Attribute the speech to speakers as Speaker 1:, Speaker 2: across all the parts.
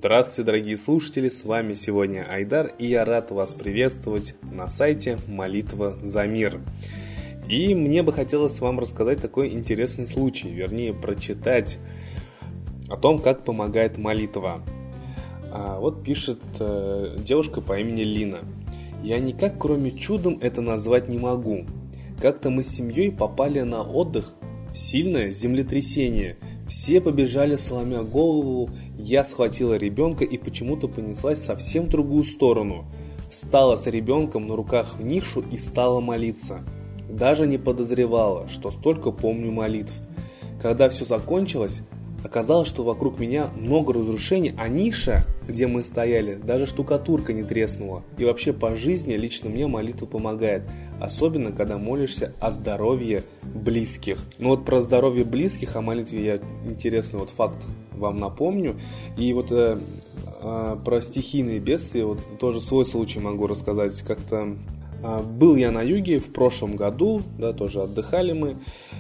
Speaker 1: Здравствуйте, дорогие слушатели, с вами сегодня Айдар, и я рад вас приветствовать на сайте «Молитва за мир». И мне бы хотелось вам рассказать такой интересный случай, вернее, прочитать о том, как помогает молитва. Вот пишет девушка по имени Лина. «Я никак, кроме чудом, это назвать не могу. Как-то мы с семьей попали на отдых в сильное землетрясение. Все побежали, сломя голову. Я схватила ребенка и почему-то понеслась совсем в другую сторону. Встала с ребенком на руках в нишу и стала молиться. Даже не подозревала, что столько помню молитв. Когда все закончилось, оказалось, что вокруг меня много разрушений, а ниша, где мы стояли, даже штукатурка не треснула. И вообще по жизни лично мне молитва помогает, особенно когда молишься о здоровье близких». Ну вот про здоровье близких, о молитве я интересный вот факт вам напомню. И вот про стихийные бедствия вот тоже свой случай могу рассказать. Как-то был я на юге в прошлом году, да, тоже отдыхали мы,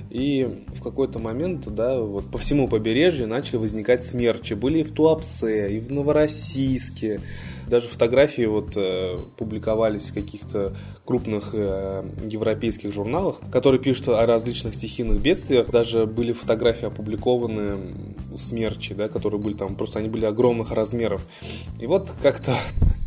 Speaker 1: и в какой-то момент, да, вот по всему побережью начали возникать смерчи. Были и в Туапсе, и в Новороссийске. Даже фотографии вот публиковались в каких-то крупных европейских журналах, которые пишут о различных стихийных бедствиях. Даже были фотографии опубликованы смерчи, да, которые были там, просто они были огромных размеров. И вот как-то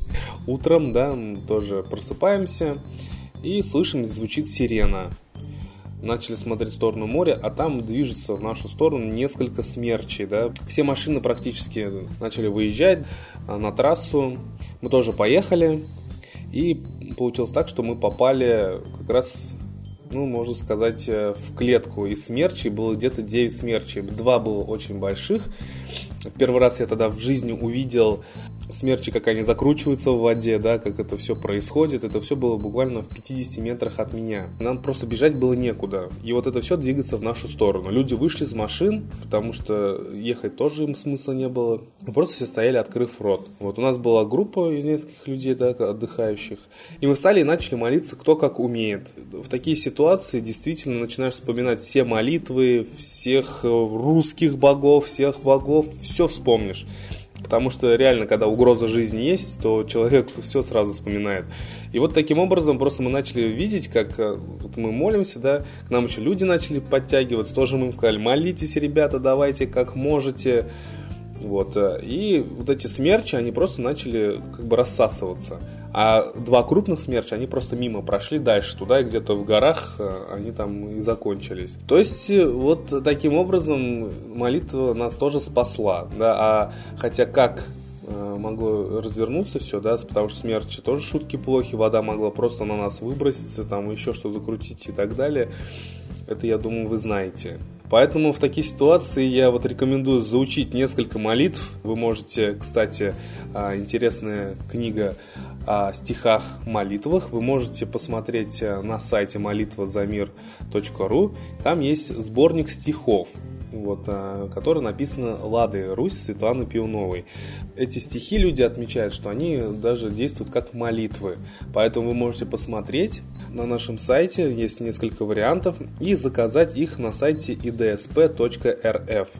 Speaker 1: утром, да, тоже просыпаемся и слышим, звучит сирена. Начали смотреть в сторону моря, а там движется в нашу сторону несколько смерчей, да. Все машины практически начали выезжать на трассу. Мы тоже поехали, и получилось так, что мы попали как раз, ну, можно сказать, в клетку из смерчей. Было где-то 9 смерчей. 2 было очень больших. Первый раз я тогда в жизни увидел смерчи, как они закручиваются в воде, да, как это все происходит. Это все было буквально в 50 метрах от меня. Нам просто бежать было некуда. И вот это все двигается в нашу сторону. Люди вышли из машин, потому что ехать тоже им смысла не было. Мы просто все стояли, открыв рот. Вот у нас была группа из нескольких людей, да, отдыхающих. И мы встали и начали молиться, кто как умеет. В такие ситуации действительно начинаешь вспоминать все молитвы, всех русских богов, всех богов, все вспомнишь. Потому что реально, когда угроза жизни есть, то человек все сразу вспоминает. И вот таким образом просто мы начали видеть, как вот мы молимся, да, к нам еще люди начали подтягиваться. Тоже мы им сказали: молитесь, ребята, давайте как можете. Вот. И вот эти смерчи, они просто начали как бы рассасываться. А 2 крупных смерча, они просто мимо прошли дальше, туда и где-то в горах они там и закончились. То есть вот таким образом молитва нас тоже спасла, да. А хотя как могло развернуться все, да, потому что смерчи тоже шутки плохи, вода могла просто на нас выброситься, там еще что закрутить и так далее. Это, я думаю, вы знаете. Поэтому в такие ситуации я вот рекомендую заучить несколько молитв. Вы можете, кстати, интересная книга о стихах-молитвах. Вы можете посмотреть на сайте молитвазамир.ру. Там есть сборник стихов, вот, который написан Ладой Русь Светланы Пивновой. Эти стихи люди отмечают, что они даже действуют как молитвы. Поэтому вы можете посмотреть на нашем сайте, есть несколько вариантов, и заказать их на сайте idsp.rf.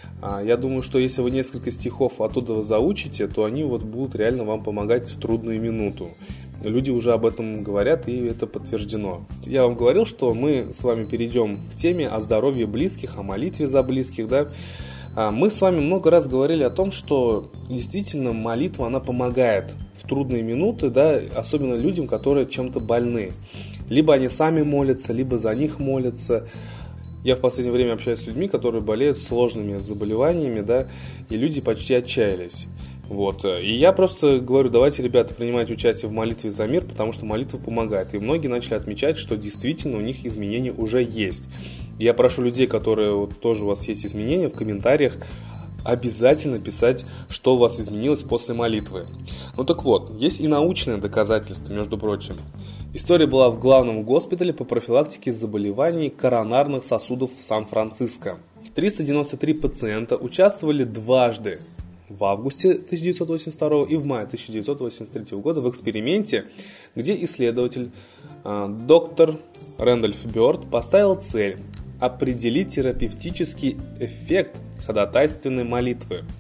Speaker 1: Я думаю, что если вы несколько стихов оттуда заучите, то они вот будут реально вам помогать в трудную минуту. Люди уже об этом говорят, и это подтверждено. Я вам говорил, что мы с вами перейдем к теме о здоровье близких, о молитве за близких, да. Мы с вами много раз говорили о том, что действительно молитва, она помогает в трудные минуты, да, особенно людям, которые чем-то больны. Либо они сами молятся, либо за них молятся. Я в последнее время общаюсь с людьми, которые болеют сложными заболеваниями, да, и люди почти отчаялись. Вот. И я просто говорю: давайте, ребята, принимать участие в молитве за мир, потому что молитва помогает. И многие начали отмечать, что действительно у них изменения уже есть. Я прошу людей, которые вот тоже у вас есть изменения, в комментариях обязательно писать, что у вас изменилось после молитвы. Ну так вот, есть и научные доказательства, между прочим. История была в главном госпитале по профилактике заболеваний коронарных сосудов в Сан-Франциско. 393 пациента участвовали дважды, в августе 1982 и в мае 1983 года, в эксперименте, где исследователь доктор Рэндольф Бёрд поставил цель определить терапевтический эффект ходатайственной молитвы.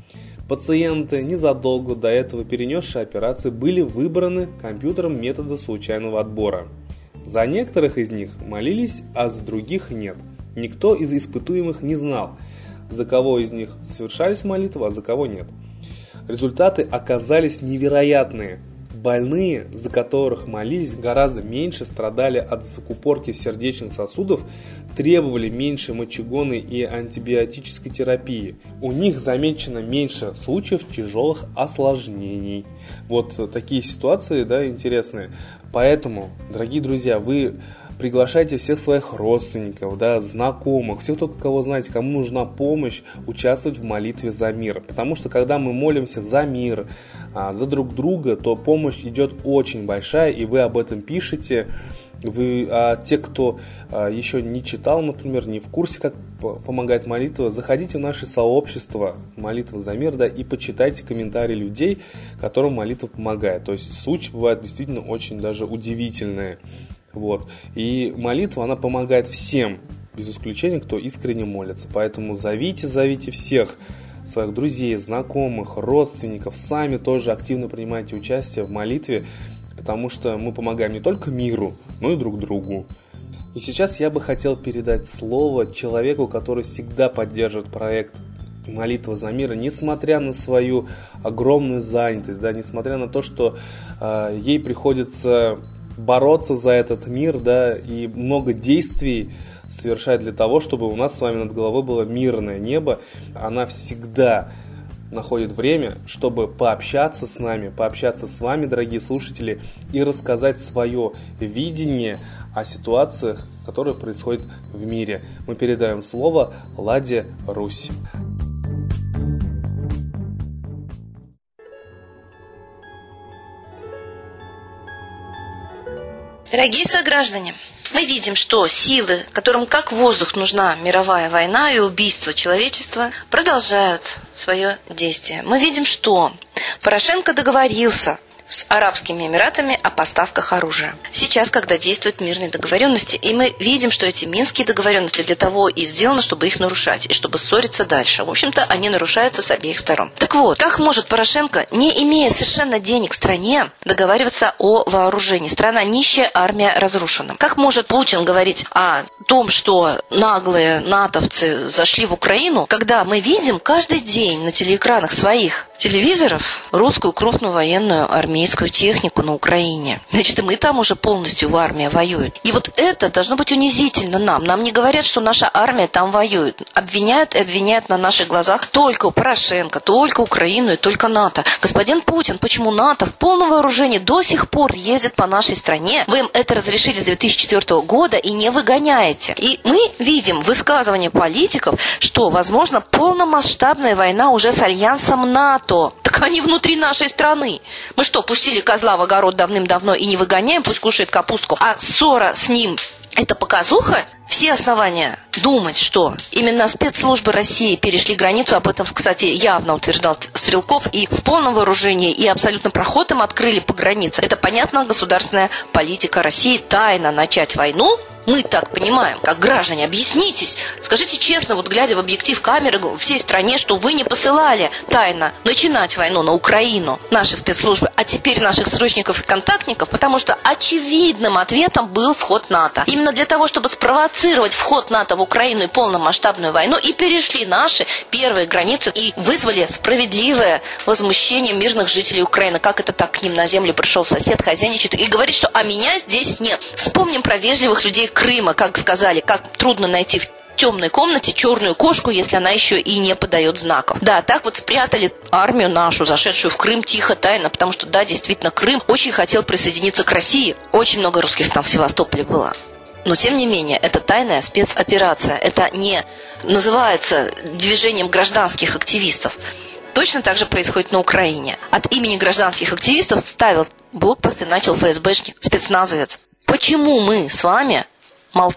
Speaker 1: Пациенты, незадолго до этого перенесшие операцию, были выбраны компьютером метода случайного отбора. За некоторых из них молились, а за других нет. Никто из испытуемых не знал, за кого из них совершались молитвы, а за кого нет. Результаты оказались невероятные. Больные, за которых молились, гораздо меньше страдали от закупорки сердечных сосудов, требовали меньше мочегонной и антибиотической терапии. У них замечено меньше случаев тяжелых осложнений. Вот такие ситуации, интересные. Поэтому, дорогие друзья, вы приглашайте всех своих родственников, знакомых, всех, кого знаете, кому нужна помощь, участвовать в молитве за мир. Потому что когда мы молимся за мир, за друг друга, то помощь идет очень большая, и вы об этом пишете. Те, кто еще не читал, например, не в курсе, как помогает молитва, заходите в наше сообщество «Молитва за мир», и почитайте комментарии людей, которым молитва помогает. То есть случаи бывают действительно очень даже удивительные. И молитва, она помогает всем, без исключения, кто искренне молится. Поэтому зовите всех своих друзей, знакомых, родственников, сами тоже активно принимайте участие в молитве, потому что мы помогаем не только миру, но и друг другу. И сейчас я бы хотел передать слово человеку, который всегда поддерживает проект «Молитва за мир», несмотря на свою огромную занятость, несмотря на то, что ей приходится бороться за этот мир, и много действий совершать для того, чтобы у нас с вами над головой было мирное небо. Она всегда находит время, чтобы пообщаться с нами, пообщаться с вами, дорогие слушатели, и рассказать свое видение о ситуациях, которые происходят в мире. Мы передаем слово Ладе Русь.
Speaker 2: Дорогие сограждане, мы видим, что силы, которым как воздух нужна мировая война и убийство человечества, продолжают свое действие. Мы видим, что Порошенко договорился с Арабскими Эмиратами о поставках оружия. Сейчас, когда действуют мирные договоренности, и мы видим, что эти минские договоренности для того и сделаны, чтобы их нарушать, и чтобы ссориться дальше. В общем-то, они нарушаются с обеих сторон. Так вот, как может Порошенко, не имея совершенно денег в стране, договариваться о вооружении? Страна нищая, армия разрушена. Как может Путин говорить о том, что наглые натовцы зашли в Украину, когда мы видим каждый день на телеэкранах своих телевизоров русскую крупную военную армейскую технику на Украине? Значит, и мы там уже полностью в армии воюют. И вот это должно быть унизительно нам. Нам не говорят, что наша армия там воюет. Обвиняют и обвиняют на наших глазах только Порошенко, только Украину и только НАТО. Господин Путин, почему НАТО в полном вооружении до сих пор ездит по нашей стране? Вы им это разрешили с 2004 года и не выгоняете. И мы видим высказывания политиков, что, возможно, полномасштабная война уже с альянсом НАТО. Так они внутри нашей страны. Мы что, пустили козла в огород давным-давно и не выгоняем, пусть кушает капустку, а ссора с ним – это показуха? Все основания думать, что именно спецслужбы России перешли границу, об этом, кстати, явно утверждал Стрелков, и в полном вооружении, и абсолютно проход им открыли по границе. Это, понятно, государственная политика России тайно начать войну. Мы так понимаем, как граждане, объяснитесь, скажите честно, вот глядя в объектив камеры всей стране, что вы не посылали тайно начинать войну на Украину, наши спецслужбы, а теперь наших срочников и контактников, потому что очевидным ответом был вход НАТО. Именно для того, чтобы спровоцировать вход НАТО в Украину и полномасштабную войну, и перешли наши первые границы и вызвали справедливое возмущение мирных жителей Украины. Как это так, к ним на землю пришел сосед, хозяйничает и говорит, что «а меня здесь нет». Вспомним про вежливых людей Крыма, как сказали, как трудно найти в темной комнате черную кошку, если она еще и не подает знаков. Да, так вот спрятали армию нашу, зашедшую в Крым тихо, тайно, потому что, да, действительно, Крым очень хотел присоединиться к России. Очень много русских там в Севастополе было. Но, тем не менее, это тайная спецоперация. Это не называется движением гражданских активистов. Точно так же происходит на Украине. От имени гражданских активистов ставил блокпосты, начал ФСБшник, спецназовец. Почему мы с вами молчим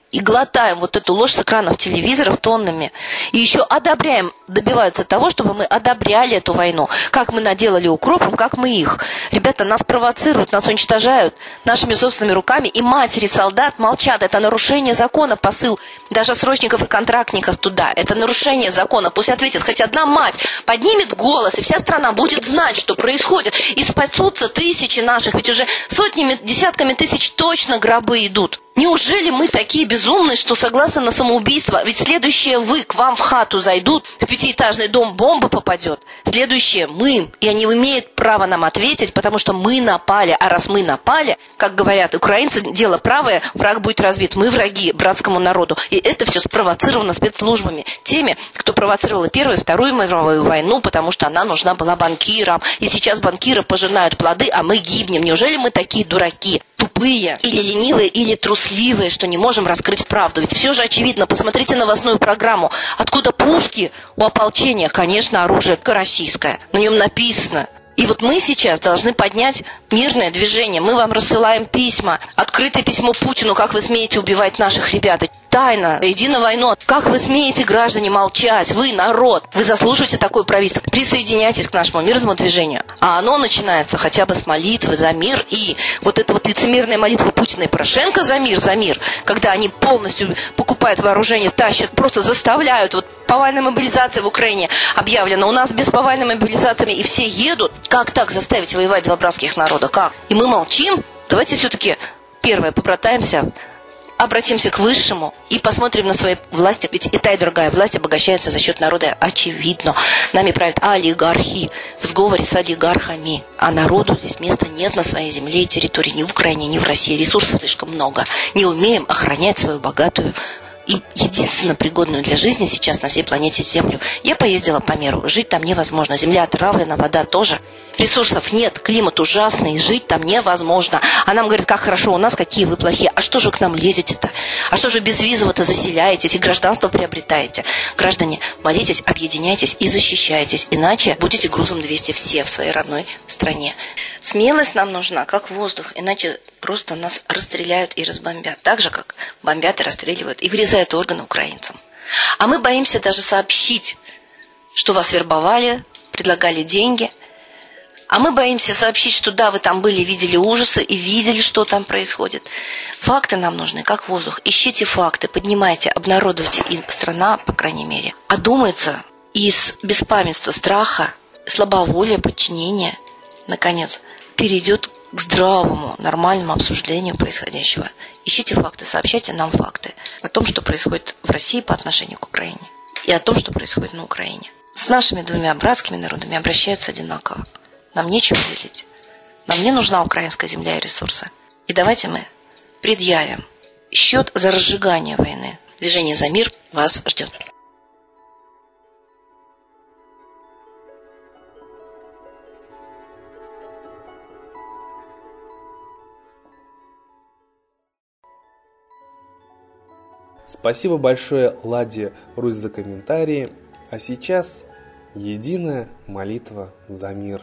Speaker 2: и глотаем вот эту ложь с экранов телевизоров тоннами, и еще одобряем, добиваются того, чтобы мы одобряли эту войну. Как мы наделали укропом, как мы их. Ребята, нас провоцируют, нас уничтожают нашими собственными руками, и матери солдат молчат. Это нарушение закона, посыл даже срочников и контрактников туда. Это нарушение закона. Пусть ответит хоть одна мать, поднимет голос, и вся страна будет знать, что происходит. И спасутся тысячи наших, ведь уже сотнями, десятками тысяч точно гробы идут. Неужели мы такие безумные, что согласны на самоубийство? Ведь следующее вы, к вам в хату зайдут, в пятиэтажный дом бомба попадет. Следующее мы, и они имеют право нам ответить, потому что мы напали. А раз мы напали, как говорят украинцы, дело правое, враг будет разбит. Мы враги братскому народу. И это все спровоцировано спецслужбами. Теми, кто провоцировал и Первую, и Вторую мировую войну, потому что она нужна была банкирам. И сейчас банкиры пожинают плоды, а мы гибнем. Неужели мы такие дураки? Тупые, или ленивые, или трусливые, что не можем раскрыть правду. Ведь все же очевидно. Посмотрите новостную программу. Откуда пушки у ополчения? Конечно, оружие российское. На нем написано. И вот мы сейчас должны поднять мирное движение. Мы вам рассылаем письма. Открытое письмо Путину. Как вы смеете убивать наших ребят? Тайно. Иди на войну. Как вы смеете, граждане, молчать? Вы, народ. Вы заслуживаете такое правительство. Присоединяйтесь к нашему мирному движению. А оно начинается хотя бы с молитвы за мир. И вот эта вот лицемерная молитва Путина и Порошенко за мир, когда они полностью покупают вооружение, тащат, просто заставляют. Вот повальная мобилизация в Украине объявлена. У нас без повальной мобилизации и все едут. Как так заставить воевать два братских народа? Как? И мы молчим? Давайте все-таки, первое, побратаемся, обратимся к Высшему и посмотрим на свои власти. Ведь и та, и другая власть обогащается за счет народа, очевидно. Нами правят олигархи в сговоре с олигархами. А народу здесь места нет на своей земле и территории. Ни в Украине, ни в России. Ресурсов слишком много. Не умеем охранять свою богатую и единственно пригодную для жизни сейчас на всей планете Землю. Я поездила по миру. Жить там невозможно. Земля отравлена, вода тоже. Ресурсов нет, климат ужасный, жить там невозможно. А нам говорят, как хорошо у нас, какие вы плохие. А что же вы к нам лезете-то? А что же безвизово-то заселяетесь и гражданство приобретаете? Граждане, молитесь, объединяйтесь и защищайтесь. Иначе будете грузом 200 все в своей родной стране. Смелость нам нужна, как воздух. Иначе просто нас расстреляют и разбомбят. Так же, как бомбят и расстреливают. И врезают органы украинцам. А мы боимся даже сообщить, что вас вербовали, предлагали деньги. А мы боимся сообщить, что да, вы там были, видели ужасы и видели, что там происходит. Факты нам нужны, как воздух. Ищите факты, поднимайте, обнародуйте, и страна, по крайней мере, одумается из беспамятства, страха, слабоволия, подчинения, наконец, перейдет к здравому, нормальному обсуждению происходящего. Ищите факты, сообщайте нам факты о том, что происходит в России по отношению к Украине, и о том, что происходит на Украине. С нашими двумя братскими народами обращаются одинаково. Нам нечего делить. Нам не нужна украинская земля и ресурсы. И давайте мы предъявим счет за разжигание войны. Движение за мир вас ждет.
Speaker 1: Спасибо большое Ладе Русь за комментарии. А сейчас единая молитва за мир.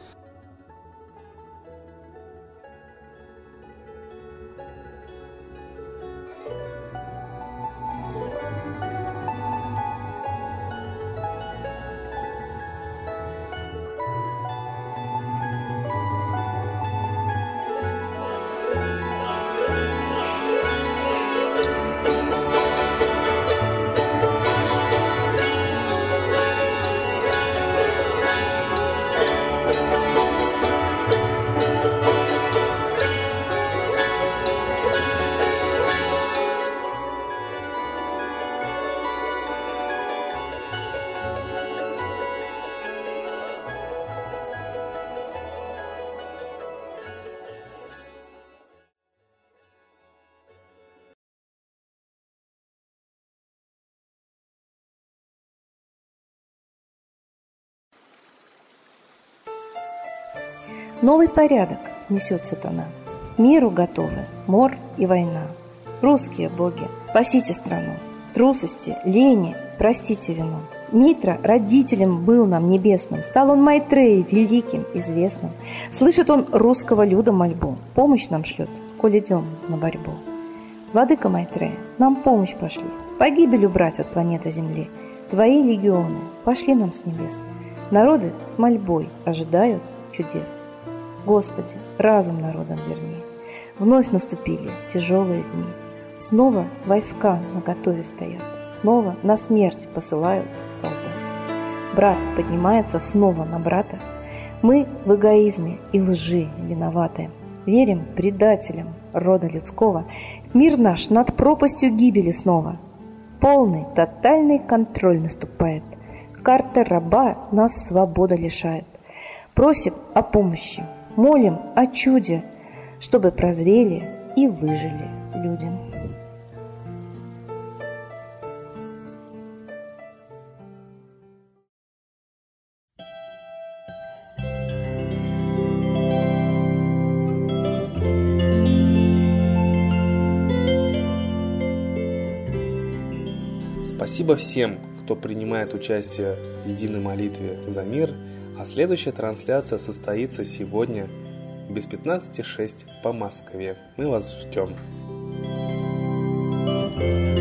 Speaker 3: Новый порядок несет сатана. Миру готовы мор и война. Русские боги, спасите страну. Трусости, лени, простите вину. Митра родителем был нам небесным, стал он Майтреей великим, известным. Слышит он русского люда мольбу, помощь нам шлет, коль идем на борьбу. Владыка Майтрея, нам помощь пошли. Погибель убрать от планеты Земли. Твои легионы пошли нам с небес. Народы с мольбой ожидают чудес. Господи, разум народам верни. Вновь наступили тяжелые дни. Снова войска наготове стоят. Снова на смерть посылают солдат. Брат поднимается снова на брата. Мы в эгоизме и лжи виноваты. Верим предателям рода людского. Мир наш над пропастью гибели снова. Полный, тотальный контроль наступает. Карта раба нас свобода лишает. Просим о помощи, молим о чуде, чтобы прозрели и выжили люди.
Speaker 1: Спасибо всем, кто принимает участие в единой молитве за мир, а следующая трансляция состоится сегодня без 15:06 по Москве. Мы вас ждем.